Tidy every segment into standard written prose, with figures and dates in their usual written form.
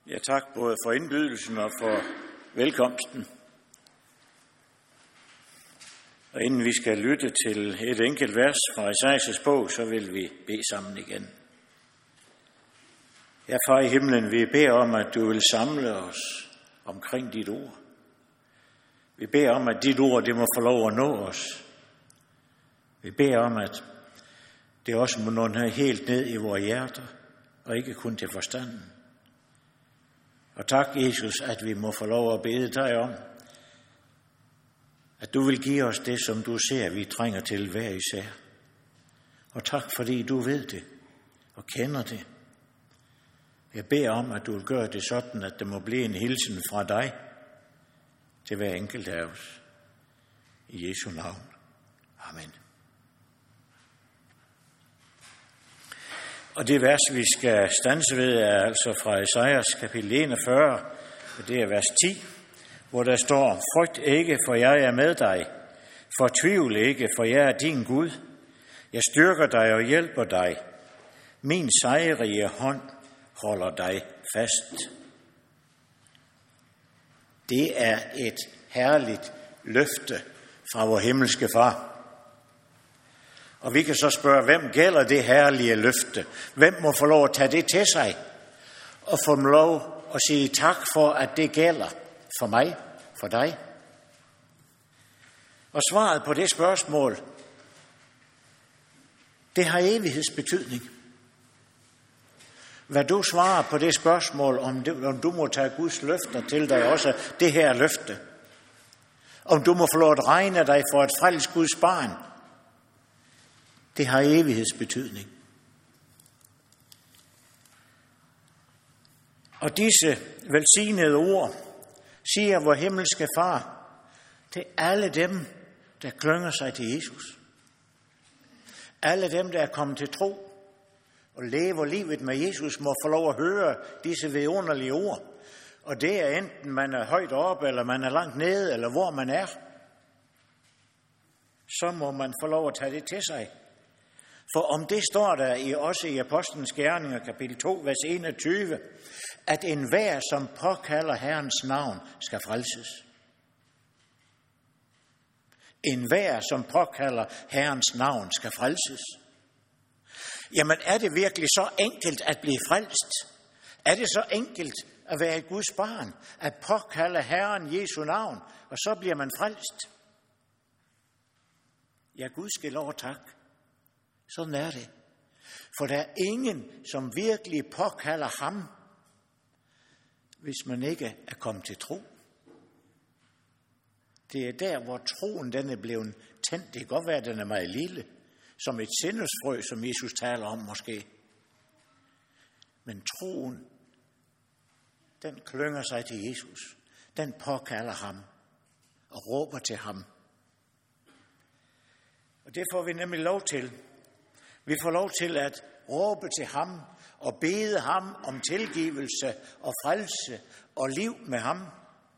Ja, tak både for indbydelsen og for velkomsten. Og inden vi skal lytte til et enkelt vers fra Esajas bog, så vil vi bede sammen igen. Ja, far i himlen, vi beder om, at du vil samle os omkring dit ord. Vi beder om, at dit ord, det må få lov at nå os. Vi beder om, at det også må nå helt ned i vores hjerter, og ikke kun til forstanden. Og tak, Jesus, at vi må få lov at bede dig om, at du vil give os det, som du ser, vi trænger til hver især. Og tak, fordi du ved det og kender det. Jeg beder om, at du vil gøre det sådan, at det må blive en hilsen fra dig til hver enkelt af os. I Jesu navn. Amen. Og det vers, vi skal standse ved, er altså fra Esajas kapitel 41, og det er vers 10, hvor der står: Frygt ikke, for jeg er med dig. Fortvivl ikke, for jeg er din Gud. Jeg styrker dig og hjælper dig. Min sejrige hånd holder dig fast. Det er et herligt løfte fra vor himmelske far. Og vi kan så spørge, hvem gælder det herlige løfte? Hvem må få lov at tage det til sig? Og få lov at sige tak for, at det gælder for mig, for dig? Og svaret på det spørgsmål, det har evighedsbetydning. Hvad du svarer på det spørgsmål, om du må tage Guds løfter til dig, også det her løfte. Om du må få lov at regne dig for et frelst Guds barn, det har evighedsbetydning. Og disse velsignede ord siger vor himmelske far til alle dem, der klynger sig til Jesus. Alle dem, der er kommet til tro og lever livet med Jesus, må få lov at høre disse vidunderlige ord. Og det er enten man er højt oppe, eller man er langt nede, eller hvor man er. Så må man få lov at tage det til sig. For om det står der også i Apostlenes Gerninger, kapitel 2, vers 21, at enhver, som påkalder Herrens navn, skal frelses. Enhver, som påkalder Herrens navn, skal frelses. Jamen, er det virkelig så enkelt at blive frelst? Er det så enkelt at være et Guds barn, at påkalde Herren Jesu navn, og så bliver man frelst? Ja, Gud skal lov og tak. Sådan er det. For der er ingen, som virkelig påkalder ham, hvis man ikke er kommet til tro. Det er der, hvor troen den er blevet tændt. Det kan godt være, at den er meget lille, som et sindesfrø, som Jesus taler om måske. Men troen, den klynger sig til Jesus. Den påkalder ham og råber til ham. Og det får vi nemlig lov til. Vi får lov til at råbe til ham og bede ham om tilgivelse og frelse og liv med ham.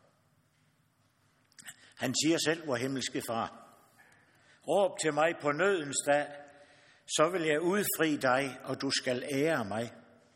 Han siger selv, vor himmelske far: Råb til mig på nødens dag, så vil jeg udfri dig, og du skal ære mig.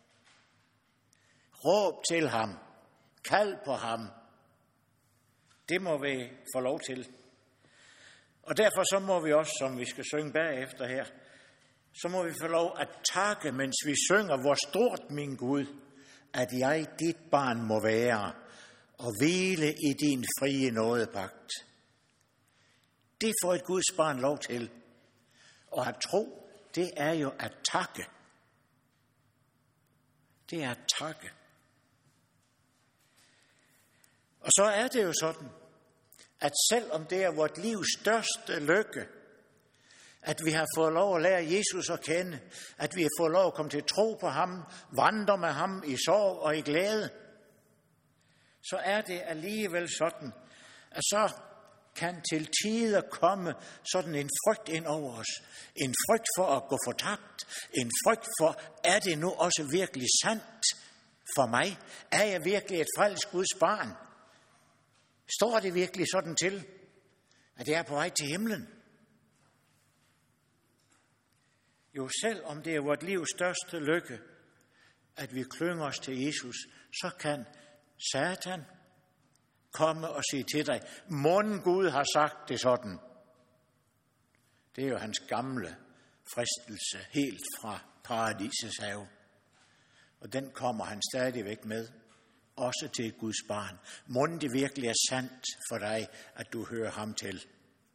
Råb til ham, kald på ham. Det må vi få lov til. Og derfor så må vi også, som vi skal synge bagefter her, så må vi få lov at takke, mens vi synger: Hvor stort, min Gud, at jeg dit barn må være, og hvile i din frie nådepagt. Det får et Guds barn lov til. Og at tro, det er jo at takke. Det er at takke. Og så er det jo sådan, at selvom det er vort livs største lykke, at vi har fået lov at lære Jesus at kende, at vi har fået lov at komme til tro på ham, vandre med ham i sorg og i glæde, så er det alligevel sådan, at så kan til tider komme sådan en frygt ind over os. En frygt for at gå fortabt. En frygt for, er det nu også virkelig sandt for mig? Er jeg virkelig et frelst Guds barn? Står det virkelig sådan til, at jeg er på vej til himlen? Jo, selv om det er vort livs største lykke, at vi klynger os til Jesus, så kan Satan komme og sige til dig, mon Gud har sagt det sådan. Det er jo hans gamle fristelse helt fra paradisets have. Og den kommer han stadigvæk med, også til et Guds barn. Mon det virkelig er sandt for dig, at du hører ham til.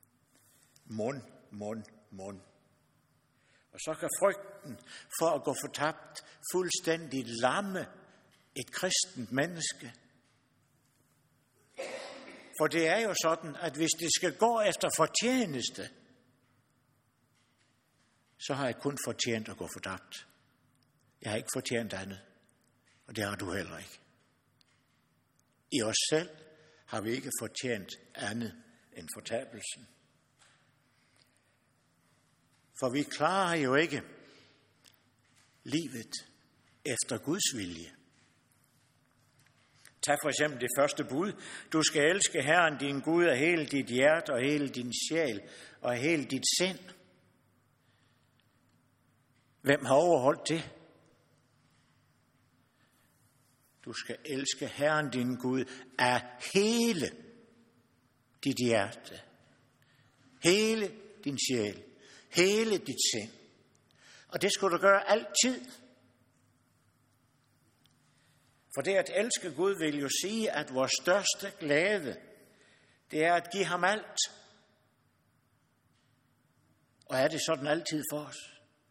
Mon. Og så kan frygten for at gå fortabt fuldstændig lamme et kristent menneske. For det er jo sådan, at hvis det skal gå efter fortjeneste, så har jeg kun fortjent at gå fortabt. Jeg har ikke fortjent andet, og det har du heller ikke. I os selv har vi ikke fortjent andet end fortabelsen. For vi klarer jo ikke livet efter Guds vilje. Tag for eksempel det første bud. Du skal elske Herren din Gud af hele dit hjerte og hele din sjæl og af hele dit sind. Hvem har overholdt det? Du skal elske Herren din Gud af hele dit hjerte, hele din sjæl, hele dit sind. Og det skal du gøre altid. For det at elske Gud vil jo sige, at vores største glæde, det er at give ham alt. Og er det sådan altid for os?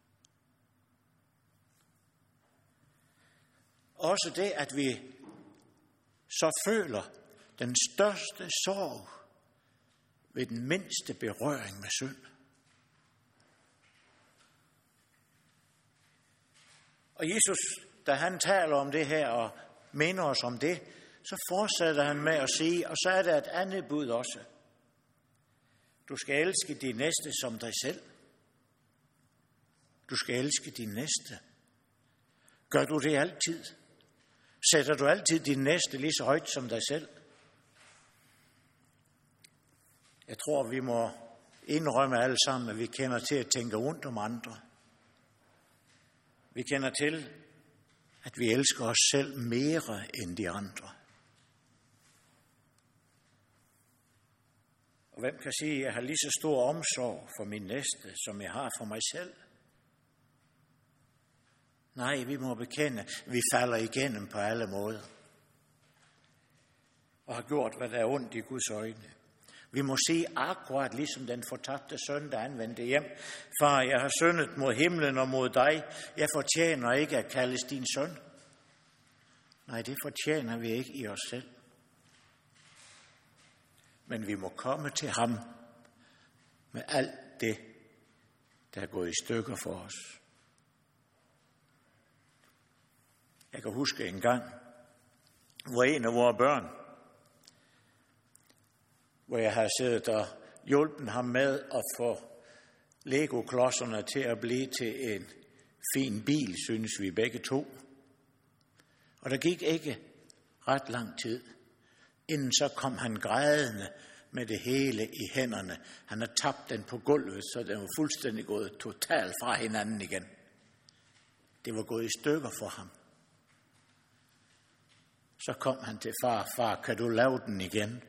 Også det, at vi så føler den største sorg ved den mindste berøring med synd. Og Jesus, da han taler om det her og minder os om det, så fortsætter han med at sige, og så er der et andet bud også. Du skal elske din næste som dig selv. Du skal elske din næste. Gør du det altid? Sætter du altid din næste lige så højt som dig selv? Jeg tror, vi må indrømme alle sammen, at vi kender til at tænke rundt om andre. Vi kender til, at vi elsker os selv mere end de andre. Og hvem kan sige, at jeg har lige så stor omsorg for min næste, som jeg har for mig selv? Nej, vi må bekende, at vi falder igennem på alle måder. Og har gjort, hvad der er ondt i Guds øjne. Vi må sige akkurat ligesom den fortabte søn, der anvendte hjem. Far, jeg har syndet mod himlen og mod dig. Jeg fortjener ikke at kaldes din søn. Nej, det fortjener vi ikke i os selv. Men vi må komme til ham med alt det, der er gået i stykker for os. Jeg kan huske en gang, hvor en af vores børn, hvor jeg havde siddet og hjulpet ham med at få Lego-klodserne til at blive til en fin bil, synes vi begge to. Og der gik ikke ret lang tid, inden så kom han grædende med det hele i hænderne. Han har tabt den på gulvet, så den var fuldstændig gået totalt fra hinanden igen. Det var gået i stykker for ham. Så kom han til far, kan du lave den igen?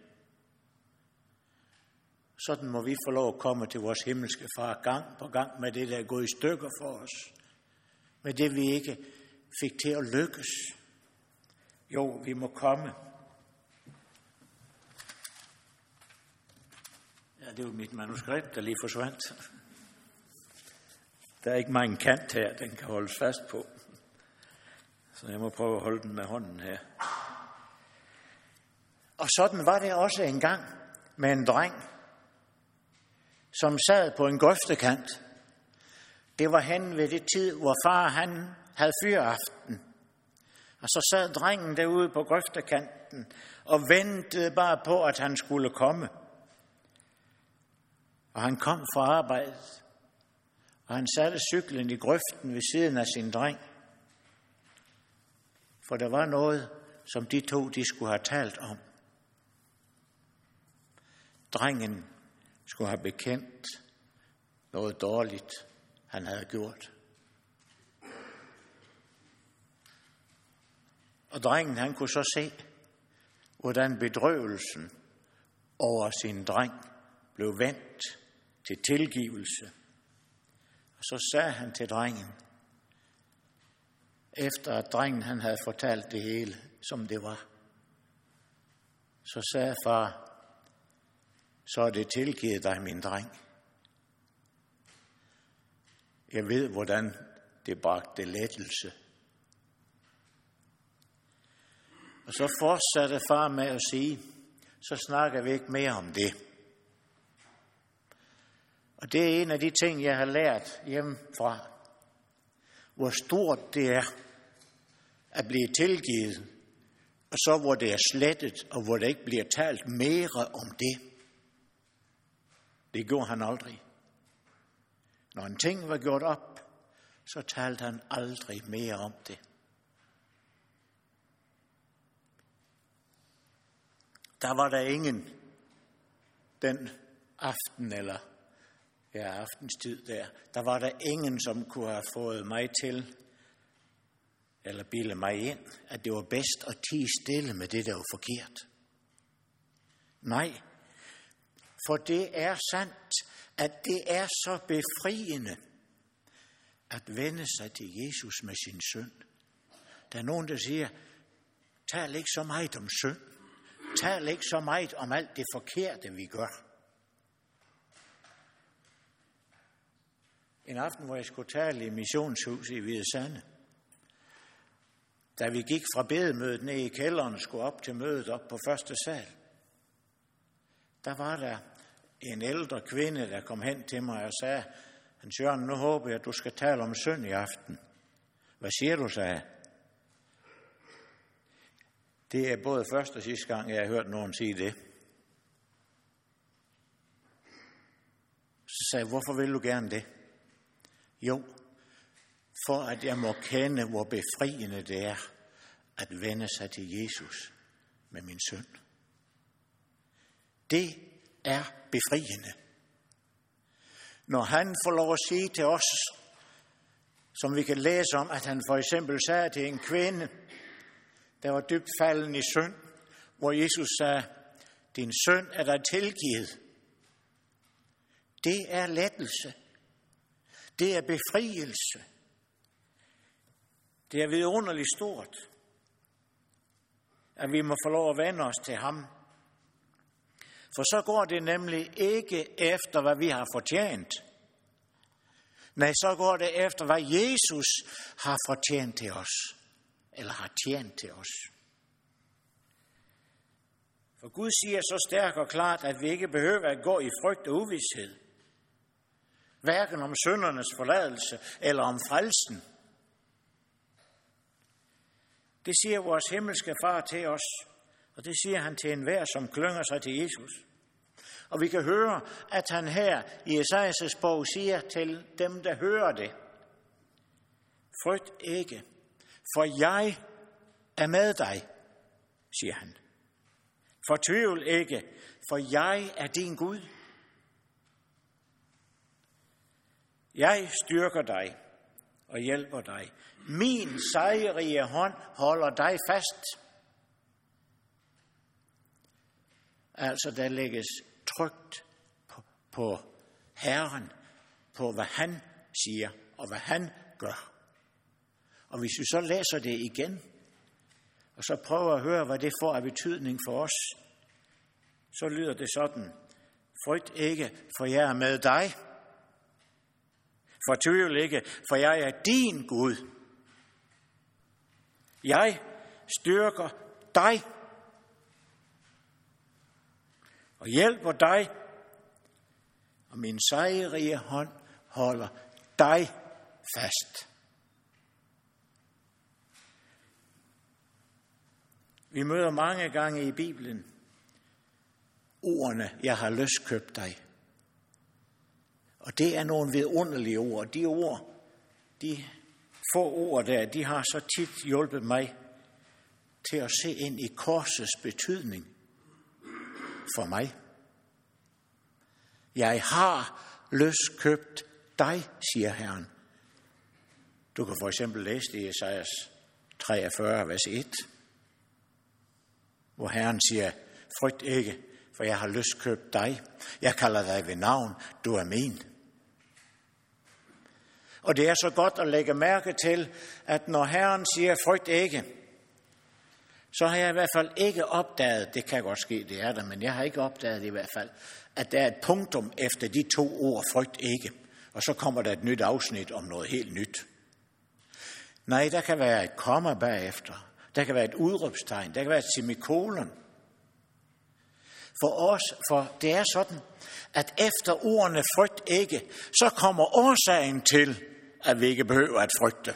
Sådan må vi få lov at komme til vores himmelske far gang på gang med det, der er gået i stykker for os. Med det, vi ikke fik til at lykkes. Jo, vi må komme. Ja, det var mit manuskript, der lige forsvandt. Der er ikke meget en kant her, den kan holdes fast på. Så jeg må prøve at holde den med hånden her. Og sådan var det også en gang med en dreng, som sad på en grøftekant. Det var hen ved det tid, hvor far han havde fyraften. Og så sad drengen derude på grøftekanten og ventede bare på, at han skulle komme. Og han kom fra arbejdet, og han satte cyklen i grøften ved siden af sin dreng. For der var noget, som de to de skulle have talt om. Drengen skulle have bekendt noget dårligt, han havde gjort. Og drengen, han kunne så se, hvordan bedrøvelsen over sin dreng blev vendt til tilgivelse. Og så sagde han til drengen, efter at drengen han havde fortalt det hele, som det var, så sagde far, så er det tilgivet dig, min dreng. Jeg ved, hvordan det bragte lettelse. Og så fortsatte far med at sige, så snakker vi ikke mere om det. Og det er en af de ting, jeg har lært hjemmefra. Hvor stort det er at blive tilgivet, og så hvor det er slettet, og hvor der ikke bliver talt mere om det. Det gjorde han aldrig. Når en ting var gjort op, så talte han aldrig mere om det. Der var der ingen den aften, eller aftenstid der var der ingen, som kunne have fået mig til, eller bilde mig ind, at det var bedst at tie stille med det, der var forkert. Nej, for det er sandt, at det er så befriende at vende sig til Jesus med sin synd. Der er nogen, der siger, tal ikke så meget om synd. Tal ikke så meget om alt det forkerte, vi gør. En aften, hvor jeg skulle tale i missionshuset i Hvide Sande, da vi gik fra bedemødet ned i kælderen og skulle op til mødet op på første sal, der var der en ældre kvinde, der kom hen til mig og sagde, Hans Jørgen, nu håber jeg, at du skal tale om synd i aften. Hvad siger du, sagde jeg? Det er både første og sidste gang, jeg har hørt nogen sige det. Så sagde jeg, hvorfor vil du gerne det? Jo, for at jeg må kende, hvor befriende det er at vende sig til Jesus med min synd. Det er befriende. Når han får lov at sige til os, som vi kan læse om, at han for eksempel sagde til en kvinde, der var dybt falden i synd, hvor Jesus sagde, din synd er dig tilgivet. Det er lettelse. Det er befrielse. Det er vidunderligt stort, at vi må få lov at vende os til ham. For så går det nemlig ikke efter, hvad vi har fortjent. Nej, så går det efter, hvad Jesus har fortjent til os. Eller har tjent til os. For Gud siger så stærkt og klart, at vi ikke behøver at gå i frygt og uvished. Hverken om syndernes forladelse eller om frelsen. Det siger vores himmelske far til os, og det siger han til enhver, som klynger sig til Jesus. Og vi kan høre, at han her i Esajas bog siger til dem, der hører det, frygt ikke, for jeg er med dig, siger han. Fortvivl ikke, for jeg er din Gud. Jeg styrker dig og hjælper dig. Min sejrige hånd holder dig fast. Altså, der lægges trygt på Herren, på hvad han siger og hvad han gør. Og hvis vi så læser det igen, og så prøver at høre, hvad det får af betydning for os, så lyder det sådan, frygt ikke, for jeg er med dig. Fortvivl ikke, for jeg er din Gud. Jeg styrker dig og hjælper dig, og min sejrige hånd holder dig fast. Vi møder mange gange i Bibelen ordene, jeg har løskøbt dig. Og det er nogle vidunderlige ord. De ord, de få ord der, de har så tit hjulpet mig til at se ind i korsets betydning for mig. Jeg har løskøbt dig, siger Herren. Du kan for eksempel læse det i Esajas 43, vers 1. hvor Herren siger, frygt ikke, for jeg har løskøbt dig. Jeg kalder dig ved navn, du er min. Og det er så godt at lægge mærke til, at når Herren siger, frygt ikke, så har jeg i hvert fald ikke opdaget, det kan godt ske, det er der, men jeg har ikke opdaget i hvert fald, at der er et punktum efter de 2 ord, frygt ikke. Og så kommer der et nyt afsnit om noget helt nyt. Nej, der kan være et komma bagefter. Der kan være et udråbstegn. Der kan være et semikolon. For det er sådan, at efter ordene frygt ikke, så kommer årsagen til, at vi ikke behøver at frygte.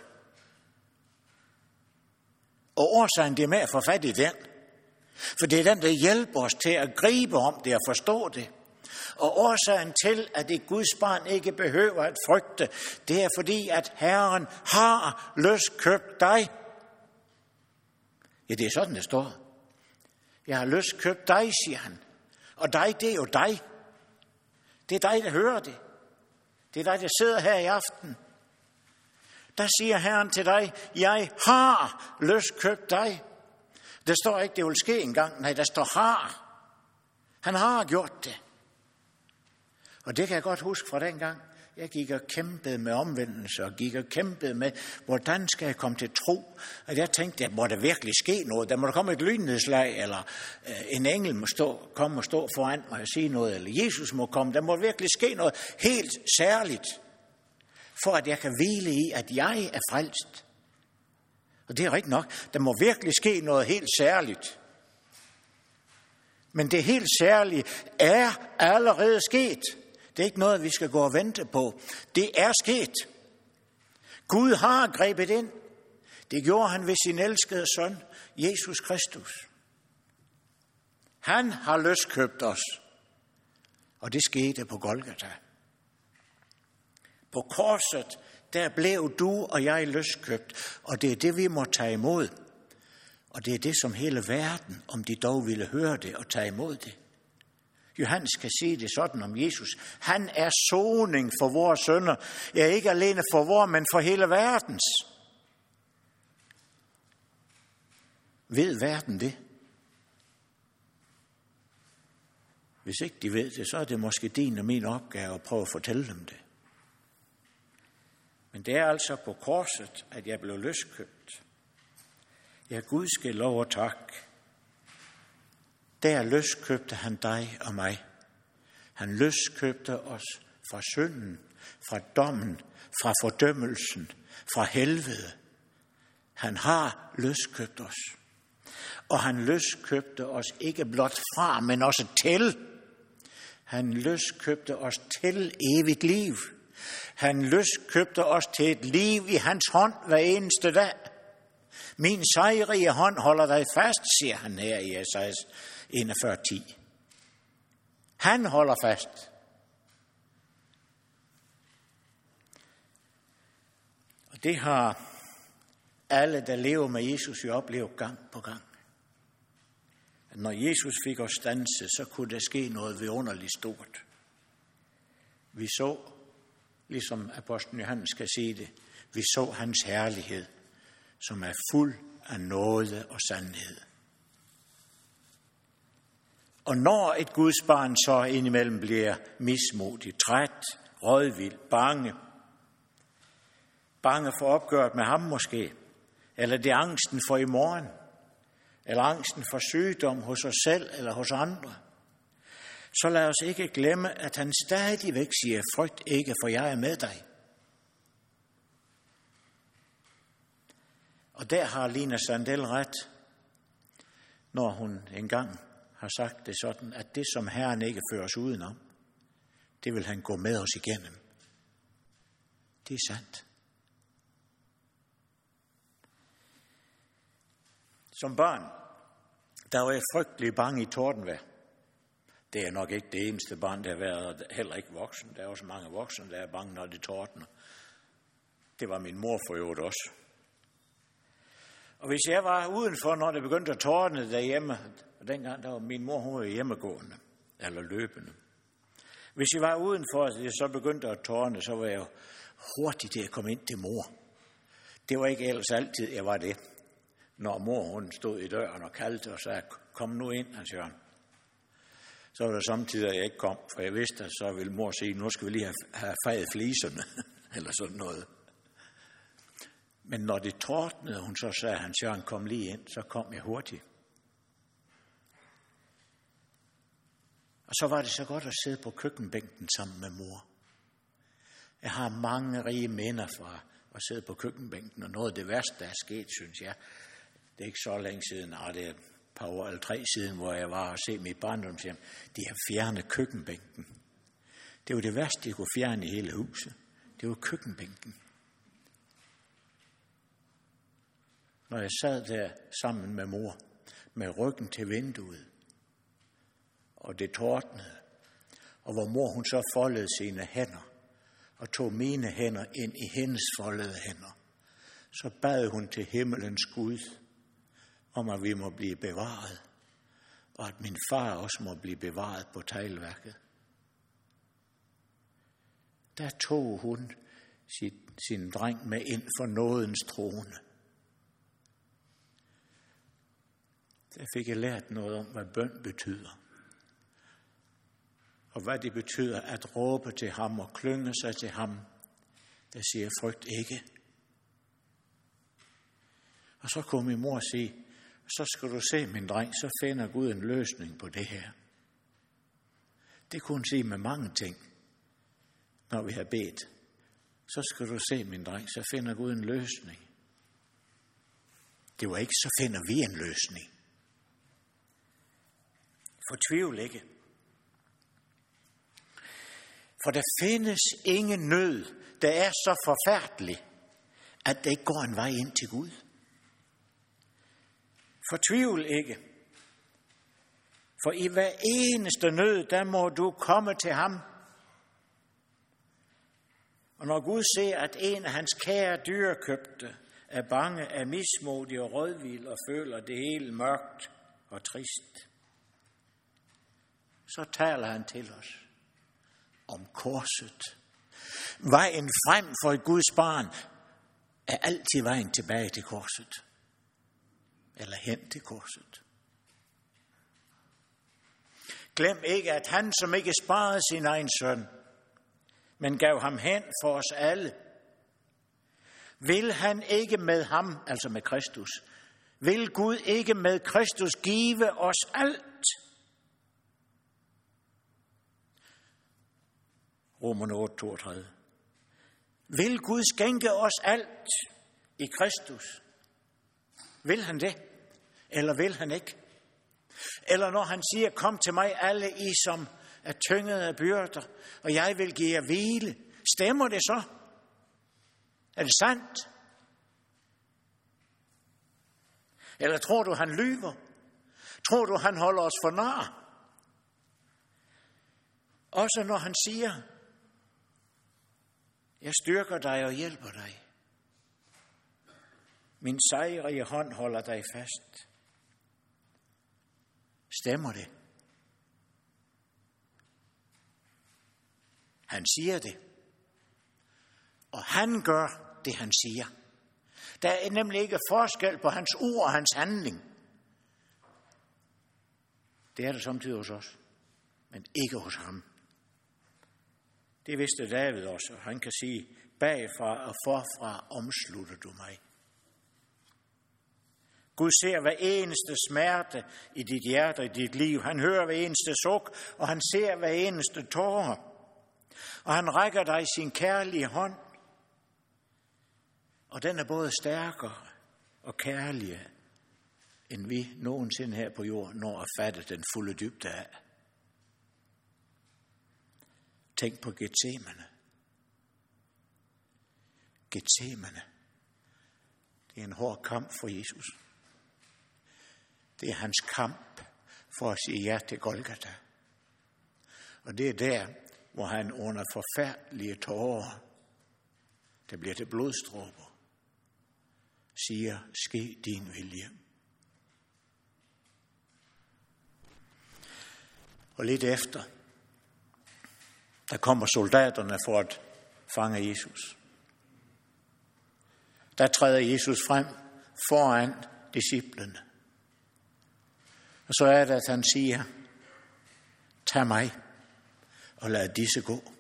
Og årsagen, det er med at få fat i den. For det er den, der hjælper os til at gribe om det og forstå det. Og årsagen til, at et Guds barn ikke behøver at frygte, det er fordi, at Herren har løskøbt dig. Ja, det er sådan, det står. Jeg har løskøbt dig, siger han. Og dig, det er jo dig. Det er dig, der hører det. Det er dig, der sidder her i aften. Der siger Herren til dig, jeg har løskøbt dig. Der står ikke, det vil ske engang. Nej, der står har. Han har gjort det. Og det kan jeg godt huske fra dengang. Jeg gik og kæmpede med omvendelse, og gik og kæmpede med, hvordan skal jeg komme til tro? Og jeg tænkte, må der virkelig ske noget? Der må der komme et lynnedslag, eller en engel må komme og stå foran mig og sige noget, eller Jesus må komme. Der må virkelig ske noget helt særligt, for at jeg kan hvile i, at jeg er frelst. Og det er rigtigt nok. Der må virkelig ske noget helt særligt. Men det helt særlige er allerede sket. Det er ikke noget, vi skal gå og vente på. Det er sket. Gud har grebet ind. Det gjorde han ved sin elskede søn, Jesus Kristus. Han har løskøbt os. Og det skete på Golgata. På korset, der blev du og jeg løskøbt. Og det er det, vi må tage imod. Og det er det, som hele verden, om de dog ville høre det og tage imod det. Johannes kan sige det sådan om Jesus. Han er soning for vores synder. Ja, ikke alene for vores, men for hele verdens. Ved verden det? Hvis ikke de ved det, så er det måske din og min opgave at prøve at fortælle dem det. Men det er altså på korset, at jeg blev løskøbt. Ja, Gud skal lov og tak. Der løskøbte han dig og mig. Han løskøbte os fra synden, fra dommen, fra fordømmelsen, fra helvede. Han har løskøbt os. Og han løskøbte os ikke blot fra, men også til. Han løskøbte os til evigt liv. Han løskøbte os til et liv i hans hånd hver eneste dag. Min sejrige hånd holder dig fast, siger han her i Esajas 41:10. Han holder fast. Og det har alle, der lever med Jesus, jo oplevet gang på gang. At når Jesus fik os standset, så kunne der ske noget vidunderligt stort. Vi så, ligesom apostlen Johannes skal sige det, vi så hans herlighed, som er fuld af nåde og sandhed. Og når et Guds barn så indimellem bliver mismodig, træt, rådvild, bange for opgøret med ham måske, eller det er angsten for i morgen, eller angsten for sygdom hos os selv eller hos andre, så lad os ikke glemme, at han stadigvæk siger, frygt ikke, for jeg er med dig. Og der har Lina Sandel ret, når hun engang har sagt det sådan, at det, som Herren ikke fører os udenom, det vil han gå med os igennem. Det er sandt. Som barn, der var jeg frygtelig bange i tordenvejr. Det er nok ikke det eneste barn, der har været, heller ikke voksen. Der er også mange voksne, der er bange, når det tordner. Det var min mor for øvrigt også. Og hvis jeg var udenfor, når det begyndte at tordne derhjemme, og dengang der var min mor, hun var hjemmegående, eller løbende. Hvis jeg var udenfor, og det så begyndte at tordne, så var jeg hurtigt til at komme ind til mor. Det var ikke ellers altid, jeg var det. Når mor hun stod i døren og kaldte og sagde, kom nu ind, Hans Jørgen. Så var der samtidig, at jeg ikke kom, for jeg vidste, at så ville mor sige, nu skal vi lige have fejet fliserne, eller sådan noget. Men når det tordnede, hun så sagde, Hans Jørgen, kom lige ind, så kom jeg hurtigt. Og så var det så godt at sidde på køkkenbænken sammen med mor. Jeg har mange rige minder fra at sidde på køkkenbænken, og noget af det værste, der er sket, synes jeg, det er ikke så længe siden, det er et par år eller 3 siden, hvor jeg var og se mit barndomshjem, de har fjernet køkkenbænken. Det var det værste, de kunne fjerne i hele huset. Det var køkkenbænken. Når jeg sad der sammen med mor, med ryggen til vinduet, og det tordnede, og hvor mor hun så foldede sine hænder, og tog mine hænder ind i hendes foldede hænder, så bad hun til himmelens Gud, om at vi må blive bevaret, og at min far også må blive bevaret på teglværket. Der tog hun sin dreng med ind for nådens trone. Der fik jeg lært noget om, hvad bøn betyder. Og hvad det betyder at råbe til ham og klynge sig til ham, der siger frygt ikke. Og så kunne min mor sige, så skal du se, min dreng, så finder Gud en løsning på det her. Det kunne hun sige med mange ting, når vi har bedt. Så skal du se, min dreng, så finder Gud en løsning. Det var ikke, så finder vi en løsning. Fortvivl ikke. For der findes ingen nød, der er så forfærdelig, at der ikke går en vej ind til Gud. Fortvivl ikke. For i hver eneste nød, der må du komme til ham. Og når Gud ser, at en af hans kære dyrekøbte er bange, er mismodig og rådvild og føler det hele mørkt og trist, så taler han til os om korset. Vejen frem for et Guds barn er altid vejen tilbage til korset. Eller hen til korset. Glem ikke, at han, som ikke sparede sin egen søn, men gav ham hen for os alle, vil han ikke med ham, altså med Kristus, vil Gud ikke med Kristus give os alt? Romerne 8:32. Vil Gud skænke os alt i Kristus? Vil han det? Eller vil han ikke? Eller når han siger, kom til mig alle I, som er tynget af byrder, og jeg vil give jer hvile. Stemmer det så? Er det sandt? Eller tror du, han lyver? Tror du, han holder os for nar? Også når han siger, jeg styrker dig og hjælper dig. Min sejrige hånd holder dig fast. Stemmer det? Han siger det. Og han gør det, han siger. Der er nemlig ikke forskel på hans ord og hans handling. Det er det samtidig hos os, men ikke hos ham. Det vidste David også. Han kan sige, bagfra og forfra omslutter du mig. Gud ser hver eneste smerte i dit hjerte og i dit liv. Han hører hver eneste suk, og han ser hver eneste tåre. Og han rækker dig sin kærlige hånd. Og den er både stærkere og kærligere, end vi nogensinde her på jorden når at fatte den fulde dybde af. Tænk på Getsemane. Getsemane. Det er en hård kamp for Jesus. Det er hans kamp for at sige ja til Golgata. Og det er der, hvor han under forfærdelige tårer, der bliver til blodstråber, siger, ske din vilje. Og lidt efter, der kommer soldaterne for at fange Jesus. Der træder Jesus frem foran disciplene. Og så er det, at han siger, tag mig og lad disse gå.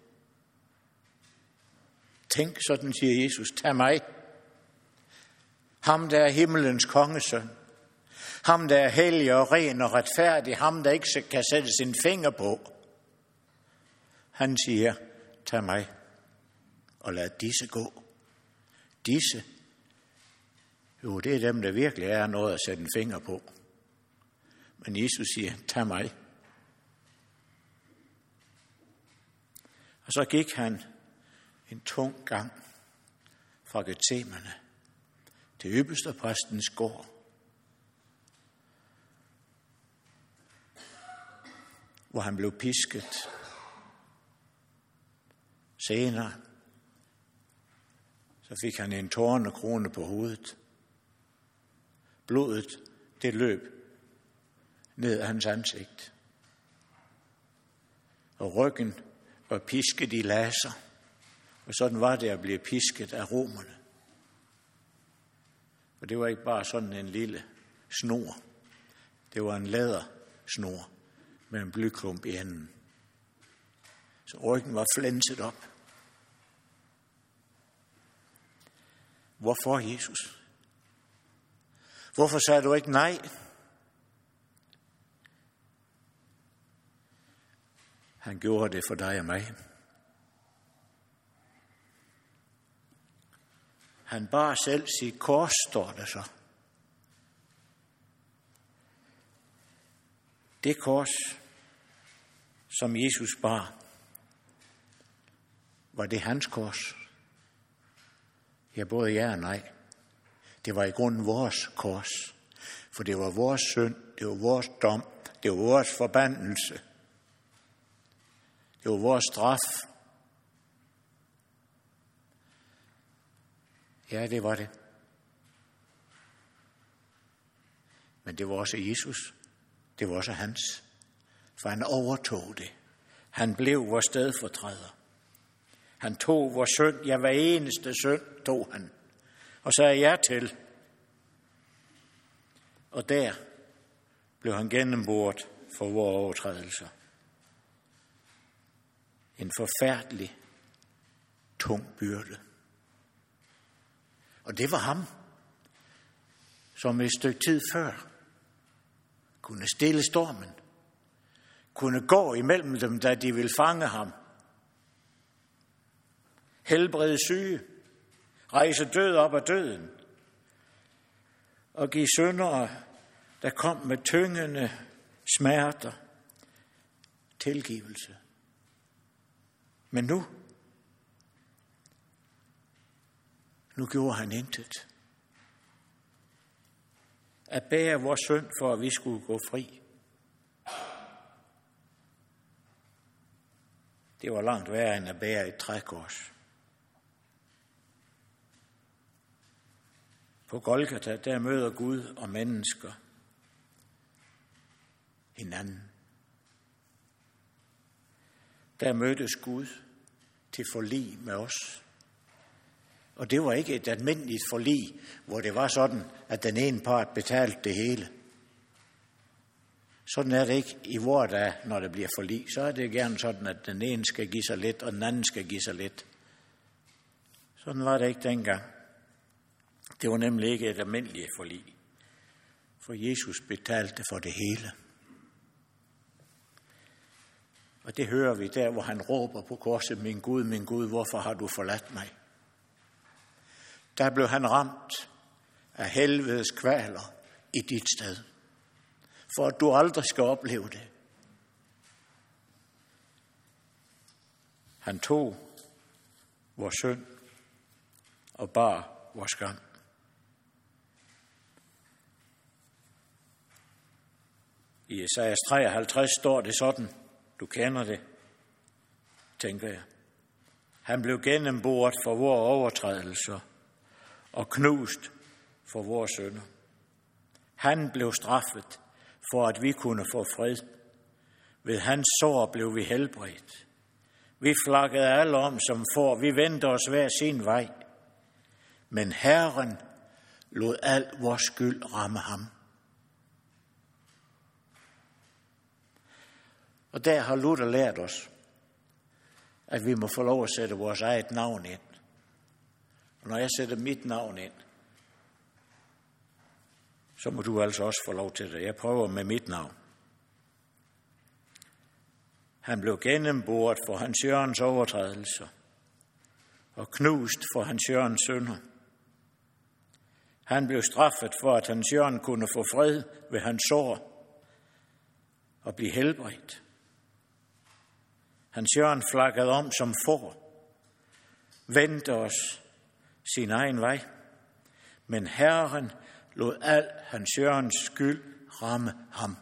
Tænk, sådan siger Jesus, tag mig. Ham, der er himmelens kongesøn. Ham, der er hellig og ren og retfærdig. Ham, der ikke kan sætte sin finger på. Han siger, tag mig og lad disse gå. Disse, jo, det er dem, der virkelig er noget at sætte en finger på. Men Jesus siger, tag mig. Og så gik han en tung gang fra Getsemane til ypperstepræstens gård. Hvor han blev pisket. Senere så fik han en tornekrone på hovedet. Blodet, det løb ned af hans ansigt. Og ryggen var pisket i laser. Og sådan var det at blive pisket af romerne. Og det var ikke bare sådan en lille snor. Det var en lædersnor med en blyklump i enden. Så ryggen var flænset op. Hvorfor, Jesus? Hvorfor sagde du ikke nej? Han gjorde det for dig og mig. Han bar selv sit kors, står der så. Det kors, som Jesus bar, var det hans kors? Ja, både ja og nej. Det var i grunden vores kors, for det var vores synd, det var vores dom, det var vores forbandelse, det var vores straf. Ja, det var det. Men det var også Jesus. Det var også hans. For han overtog det. Han blev vores stedfortræder. Han tog vores synd. Ja, hver eneste synd tog han. Og sagde ja til. Og der blev han gennemboret for vores overtrædelser. En forfærdelig, tung byrde. Og det var ham, som et stykke tid før kunne stille stormen, kunne gå imellem dem, da de ville fange ham, helbrede syge, rejse død op af døden, og give syndere, der kom med tyngende smerter, tilgivelse. Men nu gjorde han intet. At bære vores synd, for at vi skulle gå fri. Det var langt værre end at bære et trækors. På Golgata, der møder Gud og mennesker hinanden. Der mødtes Gud til forlig med os. Og det var ikke et almindeligt forlig, hvor det var sådan, at den ene part betalte det hele. Sådan er det ikke i vores dag, når det bliver forlig. Så er det gerne sådan, at den ene skal give sig lidt, og den anden skal give sig lidt. Sådan var det ikke dengang. Det var nemlig ikke et almindeligt forlig. For Jesus betalte for det hele. Og det hører vi der, hvor han råber på korset, min Gud, hvorfor har du forladt mig? Der blev han ramt af helvedes kvaler i dit sted, for at du aldrig skal opleve det. Han tog vores synd og bar vores skam. I Esajas 53 står det sådan, du kender det, tænker jeg. Han blev gennemboret for vores overtrædelser og knust for vores synder. Han blev straffet for, at vi kunne få fred. Ved hans sår blev vi helbredt. Vi flakkede alle om som får. Vi vendte os hver sin vej. Men Herren lod al vores skyld ramme ham. Og der har Luther lært os, at vi må få lov at sætte vores eget navn ind. Og når jeg sætter mit navn ind, så må du altså også få lov til det. Jeg prøver med mit navn. Han blev gennemboret for Hans Jørgens overtrædelser og knust for Hans Jørgens synder. Han blev straffet for, at Hans Jørgen kunne få fred ved hans sår og blive helbredt. Hans Jørgen flakkede om som får, vendte os sin egen vej, men Herren lod al Hans Jørgens skyld ramme ham.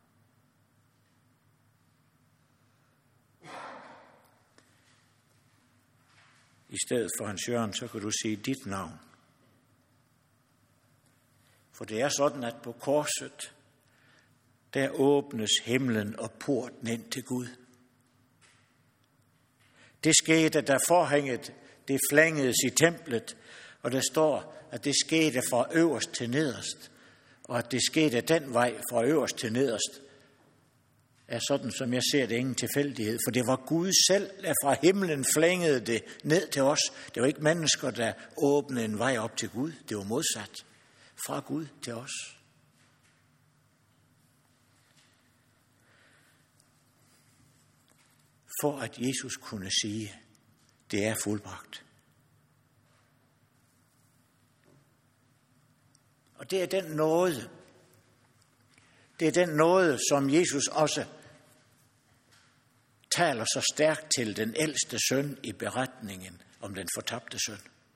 I stedet for Hans Jørgen, så kan du sige dit navn. For det er sådan, at på korset, der åbnes himlen og porten ind til Gud. Det skete, da forhænget det flængedes i templet, og der står, at det skete fra øverst til nederst, og at det skete den vej fra øverst til nederst, er sådan, som jeg ser det, ingen tilfældighed, for det var Gud selv, der fra himlen flængede det ned til os. Det var ikke mennesker, der åbnede en vej op til Gud. Det var modsat. Fra Gud til os. For at Jesus kunne sige, det er fuldbragt. Og det er den nåde, som Jesus også taler så stærkt til den ældste søn i beretningen om den fortabte søn.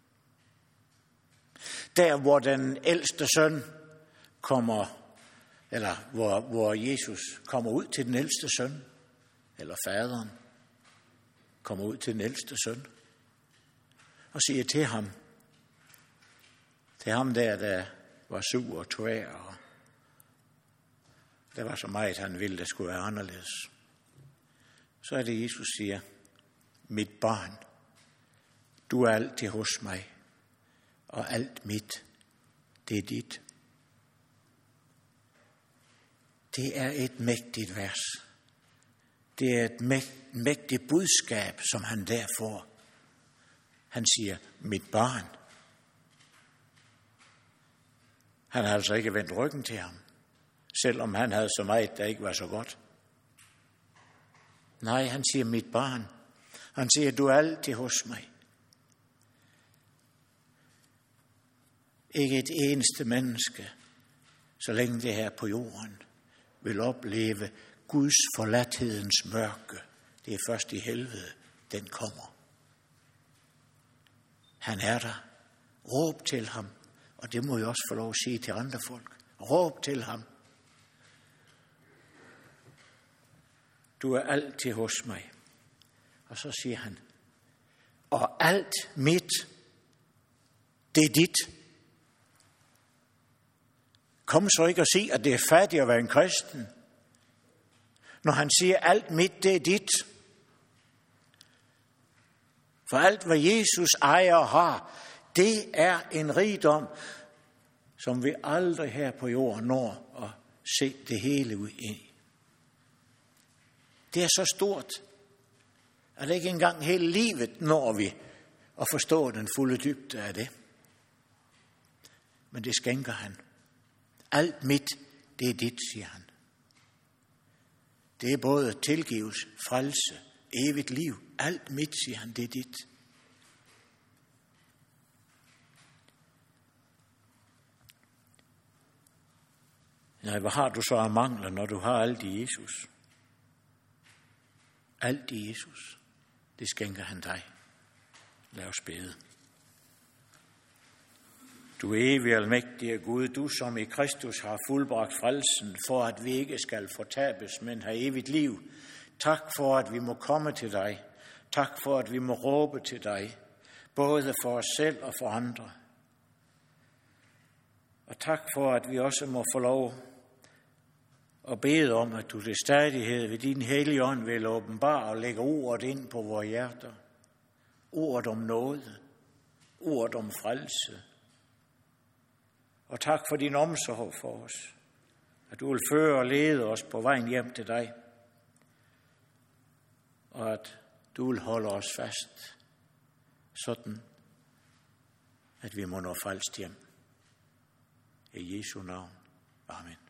Der, hvor den ældste søn kommer, eller hvor Jesus kommer ud til den ældste søn, eller faderen kommer ud til den ældste søn, og siger til ham der var sur og tvær, og der var så meget, han ville, der skulle være anderledes. Så er det, Jesus siger, mit barn, du er altid hos mig, og alt mit, det er dit. Det er et mægtigt vers. Det er et mægtigt budskab, som han der får. Han siger, mit barn. Han har altså ikke vendt ryggen til ham, selvom han havde så meget, der ikke var så godt. Nej, han siger, mit barn. Han siger, du er altid hos mig. Ikke et eneste menneske, så længe det her på jorden, vil opleve Guds forladthedens mørke. Det er først i helvede, den kommer. Han er der. Råb til ham. Og det må jeg også få lov at sige til andre folk. Råb til ham. Du er altid hos mig. Og så siger han, og alt mit, det er dit. Kom så ikke og sig, at det er fattigt at være en kristen. Når han siger, alt mit, det er dit. For alt, hvad Jesus ejer og har, det er en rigdom, som vi aldrig her på jorden når at se det hele ud i. Det er så stort, at ikke engang hele livet når vi at forstå den fulde dybde af det. Men det skænker han. Alt mit, det er dit, siger han. Det er både tilgivelse, frelse, evigt liv. Alt mit, siger han, det er dit. Nej, hvad har du så af mangler, når du har alt i Jesus? Alt i Jesus, det skænker han dig. Lad os bede. Du evig almægtige Gud, du som i Kristus har fuldbragt frelsen, for at vi ikke skal fortabes, men have evigt liv. Tak for, at vi må komme til dig. Tak for, at vi må råbe til dig, både for os selv og for andre. Og tak for, at vi også må få lov at bede om, at du til stadighed ved din hellige ånd vil åbenbare og lægge ordet ind på vores hjerter. Ordet om nåde, ordet om frelse. Og tak for din omsorg for os, at du vil føre og lede os på vejen hjem til dig. og at du vil holde os fast, sådan at vi må nå frelst hjem. I Jesu navn. Amen.